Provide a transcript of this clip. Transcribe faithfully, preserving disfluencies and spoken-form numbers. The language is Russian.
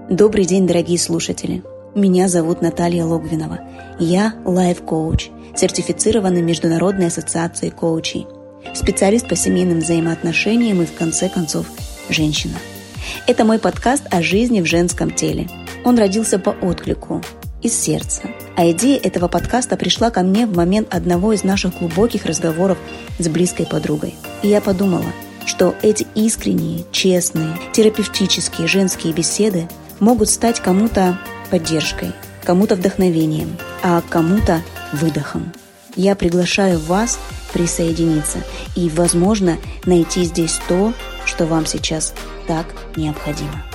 Добрый день, дорогие слушатели! Меня зовут Наталья Логвинова. Я лайф-коуч, сертифицированный Международной ассоциацией коучей, специалист по семейным взаимоотношениям и, в конце концов, женщина. Это мой подкаст о жизни в женском теле. Он родился по отклику, из сердца. А идея этого подкаста пришла ко мне в момент одного из наших глубоких разговоров с близкой подругой. И я подумала, что эти искренние, честные, терапевтические женские беседы могут стать кому-то поддержкой, кому-то вдохновением, а кому-то выдохом. Я приглашаю вас присоединиться и, возможно, найти здесь то, что вам сейчас так необходимо.